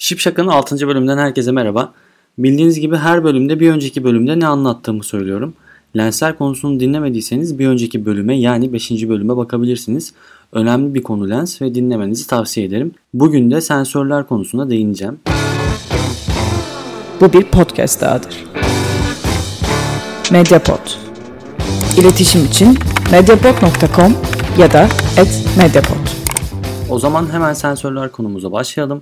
Şipşak'ın 6. bölümünden herkese merhaba. Bildiğiniz gibi her bölümde bir önceki bölümde ne anlattığımı söylüyorum. Lensler konusunu dinlemediyseniz bir önceki bölüme yani 5. bölüme bakabilirsiniz. Önemli bir konu lens ve dinlemenizi tavsiye ederim. Bugün de sensörler konusuna değineceğim. Bu bir podcast dahadır. Mediapod. İletişim için mediapod.com ya da @mediapod. O zaman hemen sensörler konumuza başlayalım.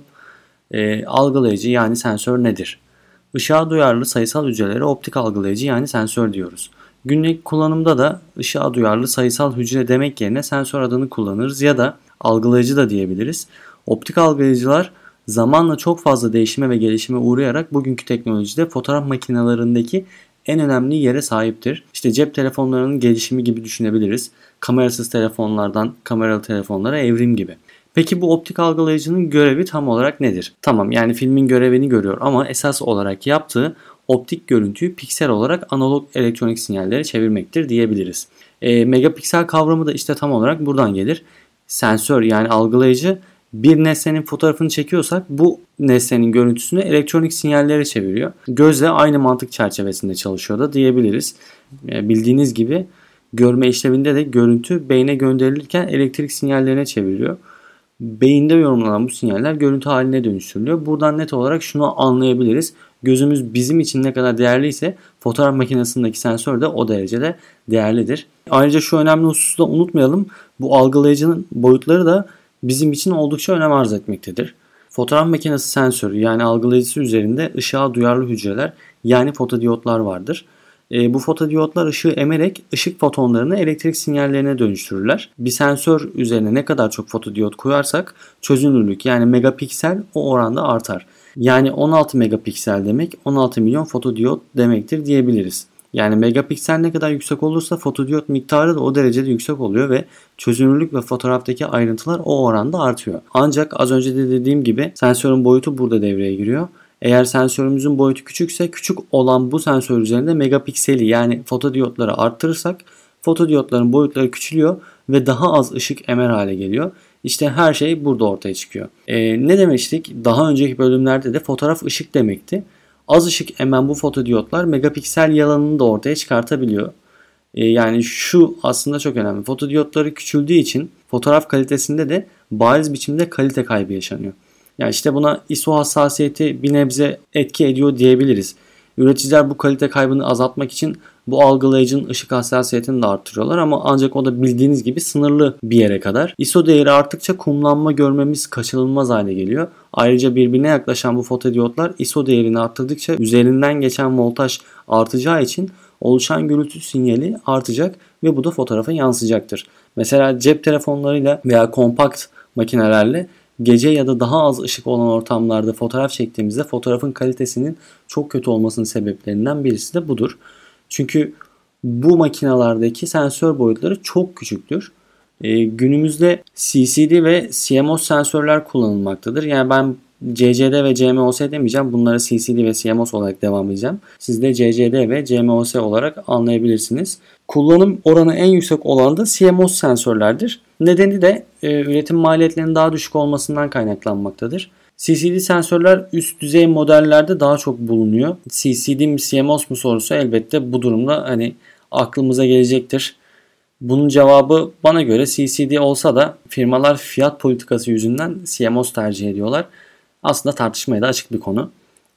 Algılayıcı yani sensör nedir? Işığa duyarlı sayısal hücrelere optik algılayıcı yani sensör diyoruz. Günlük kullanımda da ışığa duyarlı sayısal hücre demek yerine sensör adını kullanırız ya da algılayıcı da diyebiliriz. Optik algılayıcılar zamanla çok fazla değişime ve gelişime uğrayarak bugünkü teknolojide fotoğraf makinelerindeki en önemli yere sahiptir. İşte cep telefonlarının gelişimi gibi düşünebiliriz. Kamerasız telefonlardan kameralı telefonlara evrim gibi. Peki bu optik algılayıcının görevi tam olarak nedir? Tamam, yani filmin görevini görüyor ama esas olarak yaptığı optik görüntüyü piksel olarak analog elektronik sinyallere çevirmektir diyebiliriz. Megapiksel kavramı da işte tam olarak buradan gelir. Sensör yani algılayıcı bir nesnenin fotoğrafını çekiyorsak bu nesnenin görüntüsünü elektronik sinyallere çeviriyor. Gözle aynı mantık çerçevesinde çalışıyor da diyebiliriz. Bildiğiniz gibi görme işleminde de görüntü beyne gönderilirken elektrik sinyallerine çevriliyor. Beyinde yorumlanan bu sinyaller görüntü haline dönüştürülüyor. Buradan net olarak şunu anlayabiliriz. Gözümüz bizim için ne kadar değerliyse fotoğraf makinesindeki sensör de o derecede değerlidir. Ayrıca şu önemli hususu da unutmayalım. Bu algılayıcının boyutları da bizim için oldukça önem arz etmektedir. Fotoğraf makinesi sensörü yani algılayıcısı üzerinde ışığa duyarlı hücreler yani fotodiyotlar vardır. Bu fotodiyotlar ışığı emerek ışık fotonlarını elektrik sinyallerine dönüştürürler. Bir sensör üzerine ne kadar çok fotodiyot koyarsak çözünürlük yani megapiksel o oranda artar. Yani 16 megapiksel demek 16 milyon fotodiyot demektir diyebiliriz. Yani megapiksel ne kadar yüksek olursa fotodiyot miktarı da o derecede yüksek oluyor ve çözünürlük ve fotoğraftaki ayrıntılar o oranda artıyor. Ancak az önce de dediğim gibi sensörün boyutu burada devreye giriyor. Eğer sensörümüzün boyutu küçükse küçük olan bu sensör üzerinde megapikseli yani fotodiyotları arttırırsak fotodiyotların boyutları küçülüyor ve daha az ışık emer hale geliyor. İşte her şey burada ortaya çıkıyor. Ne demiştik? Daha önceki bölümlerde de fotoğraf ışık demekti. Az ışık emen bu fotodiyotlar megapiksel yalanını da ortaya çıkartabiliyor. Yani şu aslında çok önemli. Fotodiyotları küçüldüğü için fotoğraf kalitesinde de bariz biçimde kalite kaybı yaşanıyor. Yani işte buna ISO hassasiyeti bir nebze etki ediyor diyebiliriz. Üreticiler bu kalite kaybını azaltmak için bu algılayıcının ışık hassasiyetini de arttırıyorlar ama ancak o da bildiğiniz gibi sınırlı bir yere kadar. ISO değeri arttıkça kumlanma görmemiz kaçınılmaz hale geliyor. Ayrıca birbirine yaklaşan bu fotodiyotlar ISO değerini arttırdıkça üzerinden geçen voltaj artacağı için oluşan gürültü sinyali artacak ve bu da fotoğrafa yansıyacaktır. Mesela cep telefonlarıyla veya kompakt makinelerle gece ya da daha az ışık olan ortamlarda fotoğraf çektiğimizde fotoğrafın kalitesinin çok kötü olmasının sebeplerinden birisi de budur. Çünkü bu makinalardaki sensör boyutları çok küçüktür. Günümüzde CCD ve CMOS sensörler kullanılmaktadır. Yani ben CCD ve CMOS demeyeceğim. Bunlara CCD ve CMOS olarak devam edeceğim. Siz de CCD ve CMOS olarak anlayabilirsiniz. Kullanım oranı en yüksek olan da CMOS sensörlerdir. Nedeni de üretim maliyetlerinin daha düşük olmasından kaynaklanmaktadır. CCD sensörler üst düzey modellerde daha çok bulunuyor. CCD mi CMOS mu sorusu elbette bu durumda aklımıza gelecektir. Bunun cevabı bana göre CCD olsa da firmalar fiyat politikası yüzünden CMOS tercih ediyorlar. Aslında tartışmaya da açık bir konu.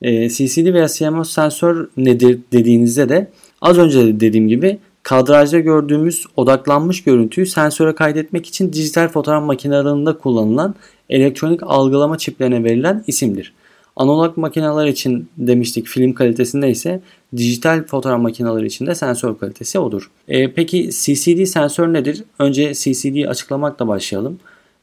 CCD veya CMOS sensör nedir dediğinizde de az önce de dediğim gibi kadrajda gördüğümüz odaklanmış görüntüyü sensöre kaydetmek için dijital fotoğraf makinelerinde kullanılan elektronik algılama çiplerine verilen isimdir. Analog makineler için demiştik film kalitesinde ise dijital fotoğraf makineleri için de sensör kalitesi odur. Peki CCD sensör nedir? Önce CCD'yi açıklamakla başlayalım.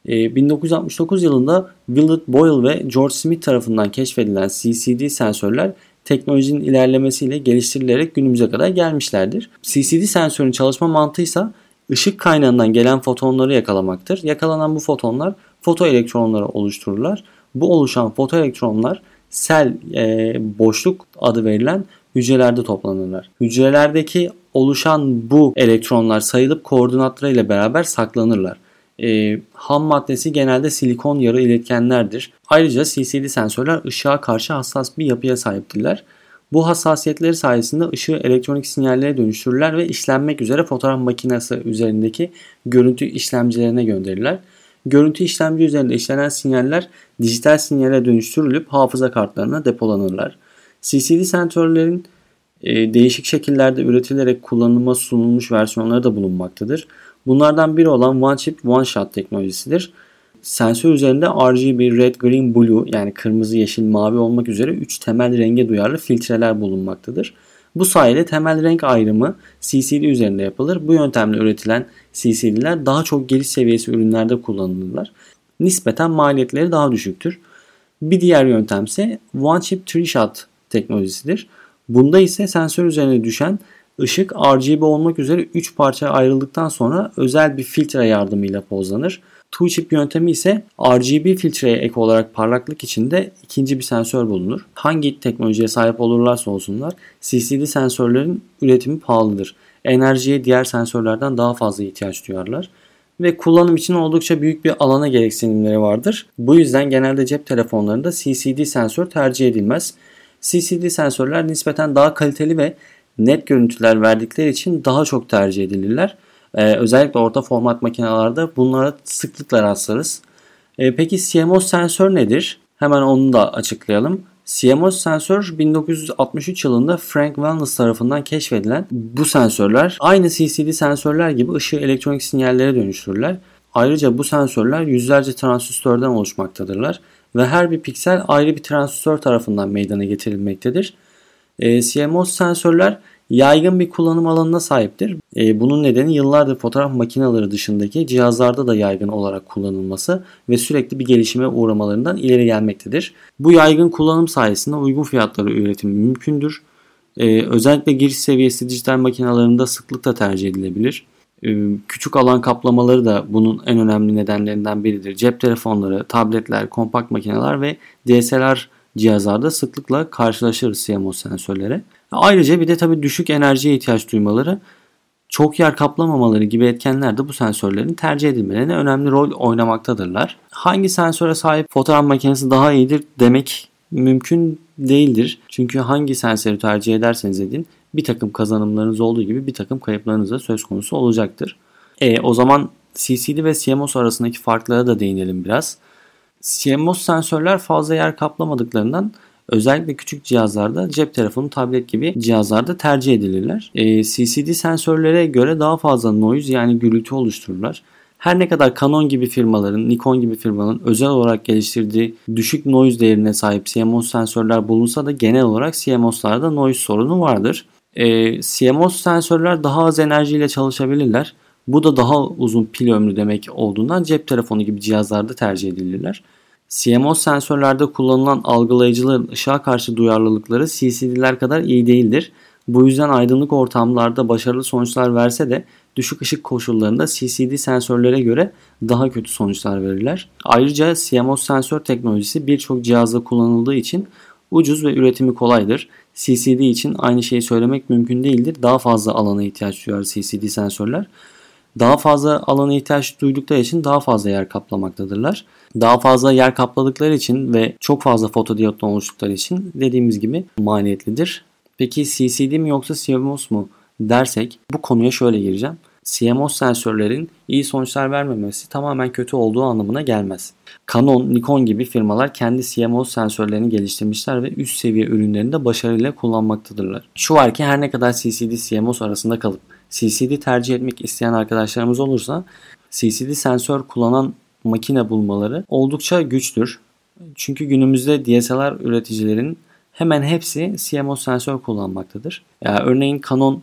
1969 yılında Willard Boyle ve George Smith tarafından keşfedilen CCD sensörler teknolojinin ilerlemesiyle geliştirilerek günümüze kadar gelmişlerdir. CCD sensörün çalışma mantığı ise ışık kaynağından gelen fotonları yakalamaktır. Yakalanan bu fotonlar fotoelektronları oluştururlar. Bu oluşan fotoelektronlar sel boşluk adı verilen hücrelerde toplanırlar. Hücrelerdeki oluşan bu elektronlar sayılıp koordinatlarıyla beraber saklanırlar. Ham maddesi genelde silikon yarı iletkenlerdir. Ayrıca CCD sensörler ışığa karşı hassas bir yapıya sahiptirler. Bu hassasiyetleri sayesinde ışığı elektronik sinyallere dönüştürürler ve işlenmek üzere fotoğraf makinesi üzerindeki görüntü işlemcilerine gönderirler. Görüntü işlemci üzerinde işlenen sinyaller dijital sinyale dönüştürülüp hafıza kartlarına depolanırlar. CCD sensörlerin değişik şekillerde üretilerek kullanıma sunulmuş versiyonları da bulunmaktadır. Bunlardan biri olan One Chip One Shot teknolojisidir. Sensör üzerinde RGB, Red, Green, Blue yani kırmızı, yeşil, mavi olmak üzere 3 temel renge duyarlı filtreler bulunmaktadır. Bu sayede temel renk ayrımı CCD üzerinde yapılır. Bu yöntemle üretilen CCD'ler daha çok giriş seviyesi ürünlerde kullanılırlar. Nispeten maliyetleri daha düşüktür. Bir diğer yöntem ise One Chip Three Shot teknolojisidir. Bunda ise sensör üzerine düşen ışık RGB olmak üzere 3 parçaya ayrıldıktan sonra özel bir filtre yardımıyla pozlanır. Two chip yöntemi ise RGB filtreye ek olarak parlaklık içinde ikinci bir sensör bulunur. Hangi teknolojiye sahip olurlarsa olsunlar CCD sensörlerin üretimi pahalıdır. Enerjiye diğer sensörlerden daha fazla ihtiyaç duyarlar. Ve kullanım için oldukça büyük bir alana gereksinimleri vardır. Bu yüzden genelde cep telefonlarında CCD sensör tercih edilmez. CCD sensörler nispeten daha kaliteli ve net görüntüler verdikleri için daha çok tercih edilirler. Özellikle orta format makinelerde bunlara sıklıkla rastlarız. Peki CMOS sensör nedir? Hemen onu da açıklayalım. CMOS sensör 1963 yılında Frank Wellness tarafından keşfedilen bu sensörler aynı CCD sensörler gibi ışığı elektronik sinyallere dönüştürürler. Ayrıca bu sensörler yüzlerce transistörden oluşmaktadırlar ve her bir piksel ayrı bir transistör tarafından meydana getirilmektedir. CMOS sensörler yaygın bir kullanım alanına sahiptir. Bunun nedeni yıllardır fotoğraf makineleri dışındaki cihazlarda da yaygın olarak kullanılması ve sürekli bir gelişime uğramalarından ileri gelmektedir. Bu yaygın kullanım sayesinde uygun fiyatlara üretimi mümkündür. Özellikle giriş seviyesi dijital makinelerinde sıklıkla tercih edilebilir. Küçük alan kaplamaları da bunun en önemli nedenlerinden biridir. Cep telefonları, tabletler, kompakt makineler ve DSLR cihazlarda sıklıkla karşılaşırız CMOS sensörlere. Ayrıca bir de tabii düşük enerjiye ihtiyaç duymaları, çok yer kaplamamaları gibi etkenler de bu sensörlerin tercih edilmelerine önemli rol oynamaktadırlar. Hangi sensöre sahip fotoğraf makinesi daha iyidir demek mümkün değildir. Çünkü hangi sensörü tercih ederseniz edin bir takım kazanımlarınız olduğu gibi bir takım kayıplarınız da söz konusu olacaktır. O zaman CCD ve CMOS arasındaki farklara da değinelim biraz. CMOS sensörler fazla yer kaplamadıklarından özellikle küçük cihazlarda, cep telefonu, tablet gibi cihazlarda tercih edilirler. CCD sensörlere göre daha fazla noise yani gürültü oluştururlar. Her ne kadar Canon gibi firmaların, Nikon gibi firmaların özel olarak geliştirdiği düşük noise değerine sahip CMOS sensörler bulunsa da genel olarak CMOS'larda noise sorunu vardır. CMOS sensörler daha az enerjiyle çalışabilirler. Bu da daha uzun pil ömrü demek olduğundan cep telefonu gibi cihazlarda tercih edilirler. CMOS sensörlerde kullanılan algılayıcıların ışığa karşı duyarlılıkları CCD'ler kadar iyi değildir. Bu yüzden aydınlık ortamlarda başarılı sonuçlar verse de düşük ışık koşullarında CCD sensörlere göre daha kötü sonuçlar verirler. Ayrıca CMOS sensör teknolojisi birçok cihazda kullanıldığı için ucuz ve üretimi kolaydır. CCD için aynı şeyi söylemek mümkün değildir. Daha fazla alana ihtiyaç duyar CCD sensörler. Daha fazla alana ihtiyaç duydukları için daha fazla yer kaplamaktadırlar. Daha fazla yer kapladıkları için ve çok fazla fotodiyottan oluştukları için dediğimiz gibi maliyetlidir. Peki CCD mi yoksa CMOS mu dersek bu konuya şöyle gireceğim. CMOS sensörlerin iyi sonuçlar vermemesi tamamen kötü olduğu anlamına gelmez. Canon, Nikon gibi firmalar kendi CMOS sensörlerini geliştirmişler ve üst seviye ürünlerini de başarıyla kullanmaktadırlar. Şu var ki her ne kadar CCD CMOS arasında kalıp CCD tercih etmek isteyen arkadaşlarımız olursa CCD sensör kullanan makine bulmaları oldukça güçtür. Çünkü günümüzde DSLR üreticilerin hemen hepsi CMOS sensör kullanmaktadır. Yani örneğin Canon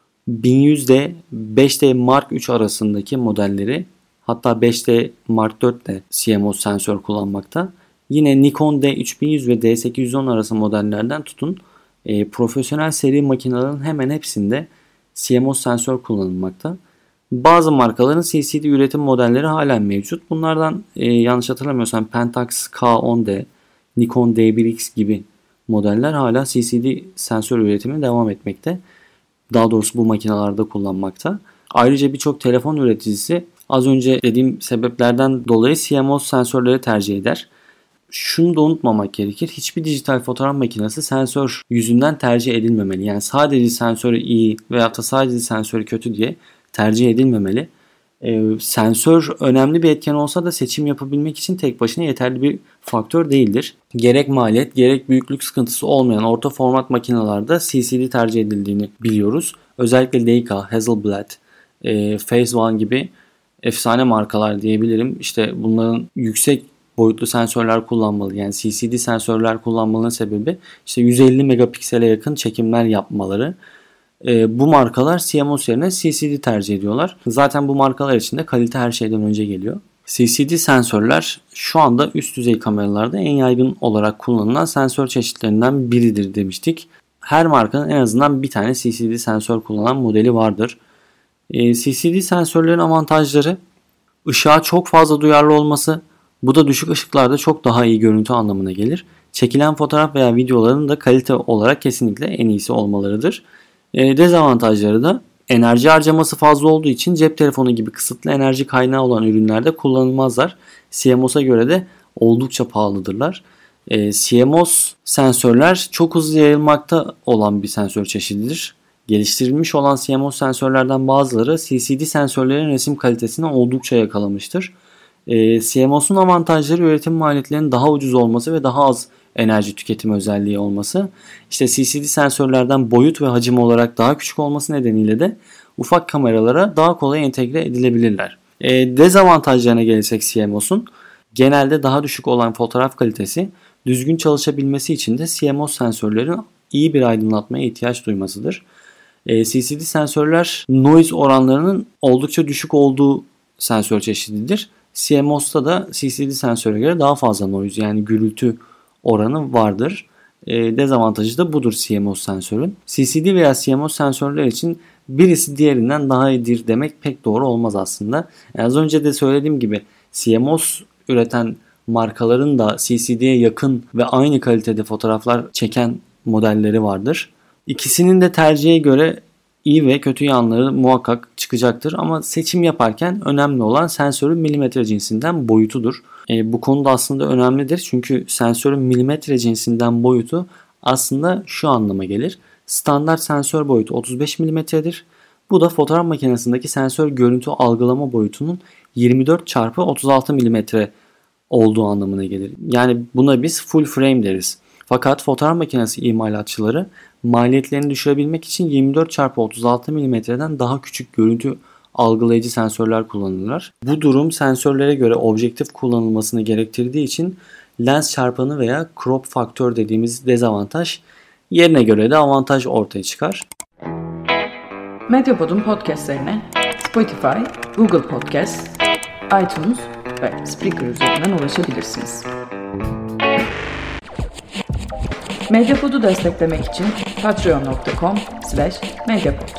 1100'de 5D Mark III arasındaki modelleri, hatta 5D Mark IV de CMOS sensör kullanmakta. Yine Nikon D3100 ve D810 arası modellerden tutun profesyonel seri makinelerin hemen hepsinde CMOS sensör kullanılmakta. Bazı markaların CCD üretim modelleri halen mevcut. Bunlardan yanlış hatırlamıyorsam Pentax K10D, Nikon D1X gibi modeller hala CCD sensör üretimi devam etmekte. Daha doğrusu bu makinalarda kullanmakta. Ayrıca birçok telefon üreticisi Az önce dediğim sebeplerden dolayı CMOS sensörleri tercih eder. Şunu da unutmamak gerekir. Hiçbir dijital fotoğraf makinesi sensör yüzünden tercih edilmemeli. Yani sadece sensörü iyi veya da sadece sensörü kötü diye tercih edilmemeli. Sensör önemli bir etken olsa da seçim yapabilmek için tek başına yeterli bir faktör değildir. Gerek maliyet gerek büyüklük sıkıntısı olmayan orta format makinelerde CCD tercih edildiğini biliyoruz. Özellikle Leica, Hasselblad, Phase One gibi efsane markalar diyebilirim. İşte bunların yüksek boyutlu sensörler kullanmalı. Yani CCD sensörler kullanmalarının sebebi işte 150 megapiksele yakın çekimler yapmaları. Bu markalar CMOS yerine CCD tercih ediyorlar. Zaten bu markalar için de kalite her şeyden önce geliyor. CCD sensörler şu anda üst düzey kameralarda en yaygın olarak kullanılan sensör çeşitlerinden biridir demiştik. Her markanın en azından bir tane CCD sensör kullanan modeli vardır. CCD sensörlerin avantajları ışığa çok fazla duyarlı olması. Bu da düşük ışıklarda çok daha iyi görüntü anlamına gelir. Çekilen fotoğraf veya videoların da kalite olarak kesinlikle en iyisi olmalarıdır. Dezavantajları da enerji harcaması fazla olduğu için cep telefonu gibi kısıtlı enerji kaynağı olan ürünlerde kullanılmazlar. CMOS'a göre de oldukça pahalıdırlar. CMOS sensörler çok hızlı yayılmakta olan bir sensör çeşididir. Geliştirilmiş olan CMOS sensörlerden bazıları CCD sensörlerin resim kalitesini oldukça yakalamıştır. CMOS'un avantajları üretim maliyetlerinin daha ucuz olması ve daha az enerji tüketimi özelliği olması. İşte CCD sensörlerden boyut ve hacim olarak daha küçük olması nedeniyle de ufak kameralara daha kolay entegre edilebilirler. Dezavantajlarına gelirsek CMOS'un genelde daha düşük olan fotoğraf kalitesi, düzgün çalışabilmesi için de CMOS sensörlerin iyi bir aydınlatmaya ihtiyaç duymasıdır. CCD sensörler noise oranlarının oldukça düşük olduğu sensör çeşididir. CMOS'ta da CCD sensöre göre daha fazla noise yani gürültü oranı vardır. Dezavantajı da budur CMOS sensörün. CCD veya CMOS sensörler için birisi diğerinden daha iyidir demek pek doğru olmaz aslında. Az önce de söylediğim gibi CMOS üreten markaların da CCD'ye yakın ve aynı kalitede fotoğraflar çeken modelleri vardır. İkisinin de tercihe göre iyi ve kötü yanları muhakkak çıkacaktır ama seçim yaparken önemli olan sensörün milimetre cinsinden boyutudur. Bu konuda aslında önemlidir çünkü sensörün milimetre cinsinden boyutu aslında şu anlama gelir. Standart sensör boyutu 35 milimetredir. Bu da fotoğraf makinesindeki sensör görüntü algılama boyutunun 24 çarpı 36 milimetre olduğu anlamına gelir. Yani buna biz full frame deriz. Fakat fotoğraf makinesi imalatçıları maliyetlerini düşürebilmek için 24x36 mm'den daha küçük görüntü algılayıcı sensörler kullanırlar. Bu durum sensörlere göre objektif kullanılmasını gerektirdiği için lens çarpanı veya crop faktör dediğimiz dezavantaj yerine göre de avantaj ortaya çıkar. Medyapod'un podcastlerine Spotify, Google Podcast, iTunes ve Spreaker üzerinden ulaşabilirsiniz. Medyapod'u desteklemek için patreon.com/medyapod.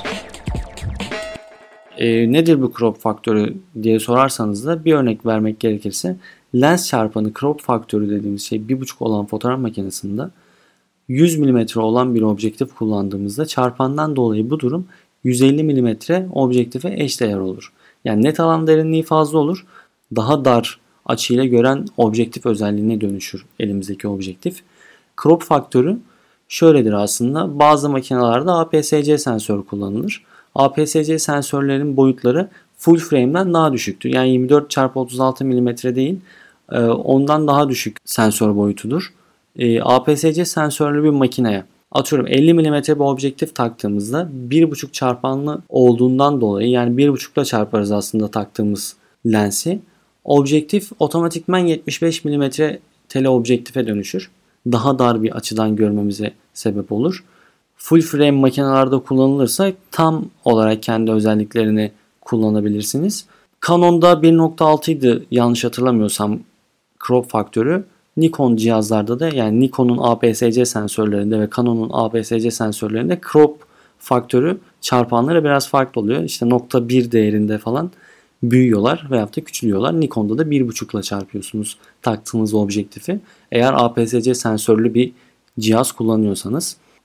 Nedir bu crop faktörü diye sorarsanız da bir örnek vermek gerekirse lens çarpanı crop faktörü dediğimiz şey 1.5 olan fotoğraf makinesinde 100 mm olan bir objektif kullandığımızda çarpandan dolayı bu durum 150 mm objektife eşdeğer olur. Yani net alan derinliği fazla olur. Daha dar açıyla gören objektif özelliğine dönüşür elimizdeki objektif. Crop faktörü şöyledir aslında. Bazı makinelerde APS-C sensör kullanılır. APS-C sensörlerin boyutları full frame'den daha düşüktür. Yani 24x36 mm değil, ondan daha düşük sensör boyutudur. APS-C sensörlü bir makineye atıyorum 50 mm bir objektif taktığımızda 1.5 çarpanlı olduğundan dolayı yani 1.5 ile çarparız aslında taktığımız lensi. Objektif otomatikman 75 mm teleobjektife dönüşür. Daha dar bir açıdan görmemize sebep olur. Full frame makinelerde kullanılırsa tam olarak kendi özelliklerini kullanabilirsiniz. Canon'da 1.6 idi yanlış hatırlamıyorsam crop faktörü. Nikon cihazlarda da yani Nikon'un APS-C sensörlerinde ve Canon'un APS-C sensörlerinde crop faktörü çarpanları biraz farklı oluyor. İşte .1 değerinde falan büyüyorlar veyahut da küçülüyorlar. Nikon'da da 1.5 ile çarpıyorsunuz taktığınız objektifi. Eğer APS-C sensörlü bir cihaz kullanıyorsanız.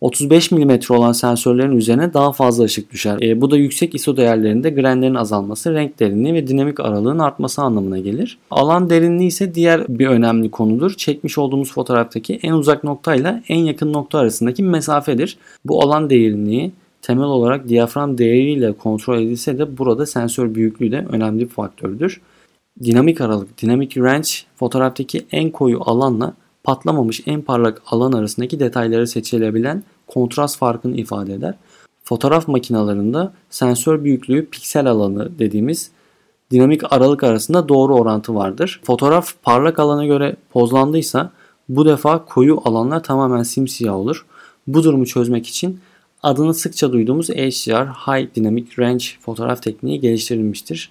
35 mm olan sensörlerin üzerine daha fazla ışık düşer. Bu da yüksek ISO değerlerinde grenlerin azalması, renk derinliği ve dinamik aralığın artması anlamına gelir. Alan derinliği ise diğer bir önemli konudur. Çekmiş olduğumuz fotoğraftaki en uzak noktayla en yakın nokta arasındaki mesafedir. Bu alan derinliği temel olarak diyafram değeriyle kontrol edilse de burada sensör büyüklüğü de önemli bir faktördür. Dinamik aralık, dinamik range fotoğraftaki en koyu alanla patlamamış en parlak alan arasındaki detayları seçilebilen kontrast farkını ifade eder. Fotoğraf makinelerinde sensör büyüklüğü piksel alanı dediğimiz dinamik aralık arasında doğru orantı vardır. Fotoğraf parlak alana göre pozlandıysa bu defa koyu alanlar tamamen simsiyah olur. Bu durumu çözmek için adını sıkça duyduğumuz HDR, High Dynamic Range fotoğraf tekniği geliştirilmiştir.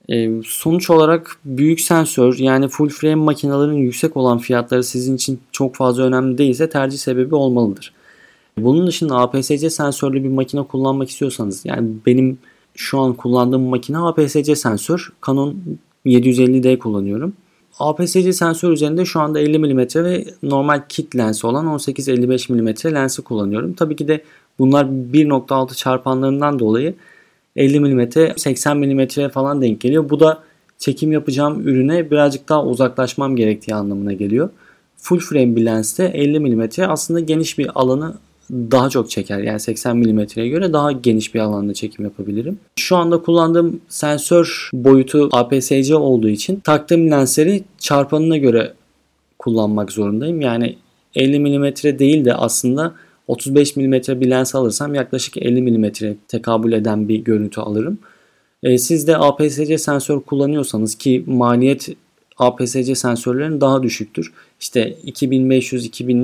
Sonuç olarak büyük sensör yani full frame makinelerin yüksek olan fiyatları sizin için çok fazla önemli değilse tercih sebebi olmalıdır. Bunun dışında APS-C sensörlü bir makine kullanmak istiyorsanız, yani benim şu an kullandığım makine APS-C sensör, Canon 750D kullanıyorum. APS-C sensör üzerinde şu anda 50 mm ve normal kit lensi olan 18-55 mm lensi kullanıyorum. Tabii ki de bunlar 1.6 çarpanlarından dolayı 50 mm, 80 mm falan denk geliyor. Bu da çekim yapacağım ürüne birazcık daha uzaklaşmam gerektiği anlamına geliyor. Full frame bir lenste 50 mm aslında geniş bir alanı daha çok çeker. Yani 80 mm'ye göre daha geniş bir alanda çekim yapabilirim. Şu anda kullandığım sensör boyutu APS-C olduğu için taktığım lensleri çarpanına göre kullanmak zorundayım. Yani 50 mm değil de aslında 35 mm bir lens alırsam yaklaşık 50 mm tekabül eden bir görüntü alırım. Siz de APS-C sensör kullanıyorsanız, ki maliyet APS-C sensörlerin daha düşüktür. İşte 2500,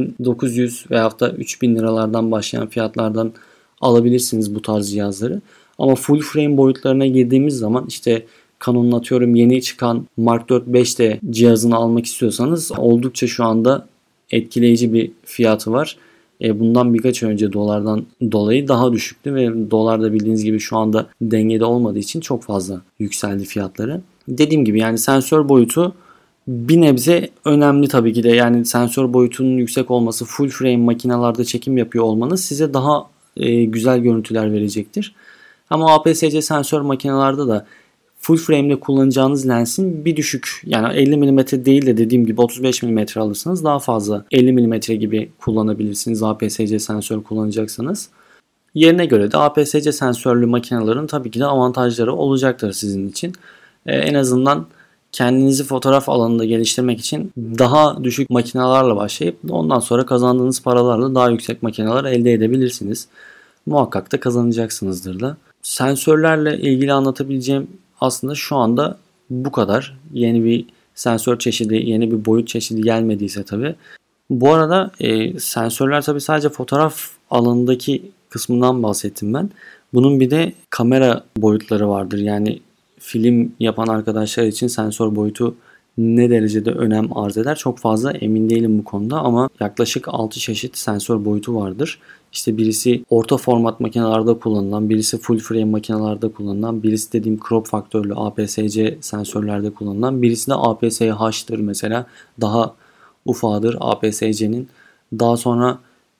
2900 veyahut da 3000 liralardan başlayan fiyatlardan alabilirsiniz bu tarz cihazları. Ama full frame boyutlarına girdiğimiz zaman işte Canon'un atıyorum yeni çıkan Mark 4 5D cihazını almak istiyorsanız oldukça şu anda etkileyici bir fiyatı var. Bundan birkaç önce dolardan dolayı daha düşüktü ve dolar da bildiğiniz gibi şu anda dengede olmadığı için çok fazla yükseldi fiyatları. Dediğim gibi yani sensör boyutu bir nebze önemli tabii ki de. Yani sensör boyutunun yüksek olması, full frame makinelerde çekim yapıyor olmanız size daha güzel görüntüler verecektir. Ama APS-C sensör makinelerde de full frame'de kullanacağınız lensin bir düşük, yani 50 mm değil de dediğim gibi 35 mm alırsanız daha fazla 50 mm gibi kullanabilirsiniz APS-C sensör kullanacaksanız. Yerine göre de APS-C sensörlü makinelerin tabii ki de avantajları olacaktır sizin için. En azından kendinizi fotoğraf alanında geliştirmek için daha düşük makinelerle başlayıp ondan sonra kazandığınız paralarla daha yüksek makineler elde edebilirsiniz. Muhakkak da kazanacaksınızdır da. Sensörlerle ilgili anlatabileceğim aslında şu anda bu kadar. Yeni bir sensör çeşidi, yeni bir boyut çeşidi gelmediyse tabii. Bu arada sensörler tabii sadece fotoğraf alanındaki kısmından bahsettim ben. Bunun bir de kamera boyutları vardır. Yani film yapan arkadaşlar için sensör boyutu ne derecede önem arz eder çok fazla emin değilim bu konuda, ama yaklaşık 6 çeşit sensör boyutu vardır. İşte birisi orta format makinelerde kullanılan, birisi full frame makinelerde kullanılan, birisi dediğim crop faktörlü APS-C sensörlerde kullanılan, birisi de APS-H'tır mesela, daha ufağıdır APS-C'nin. Daha sonra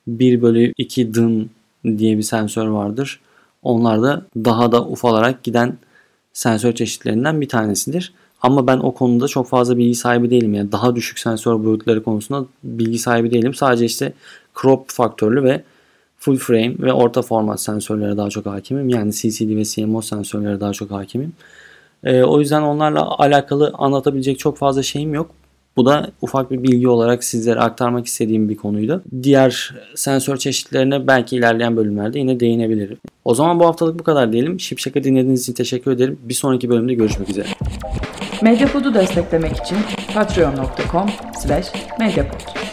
1/2 DIN diye bir sensör vardır. Onlar da daha da ufalarak giden sensör çeşitlerinden bir tanesidir. Ama ben o konuda çok fazla bilgi sahibi değilim. Yani daha düşük sensör boyutları konusunda bilgi sahibi değilim. Sadece işte crop faktörlü ve full frame ve orta format sensörlere daha çok hakimim. Yani CCD ve CMOS sensörlere daha çok hakimim. O yüzden onlarla alakalı anlatabilecek çok fazla şeyim yok. Bu da ufak bir bilgi olarak sizlere aktarmak istediğim bir konuydu. Diğer sensör çeşitlerine belki ilerleyen bölümlerde yine değinebilirim. O zaman bu haftalık bu kadar diyelim. Şipşak'ı dinlediğiniz için teşekkür ederim. Bir sonraki bölümde görüşmek üzere. Medyapod'u desteklemek için patreon.com/medyapod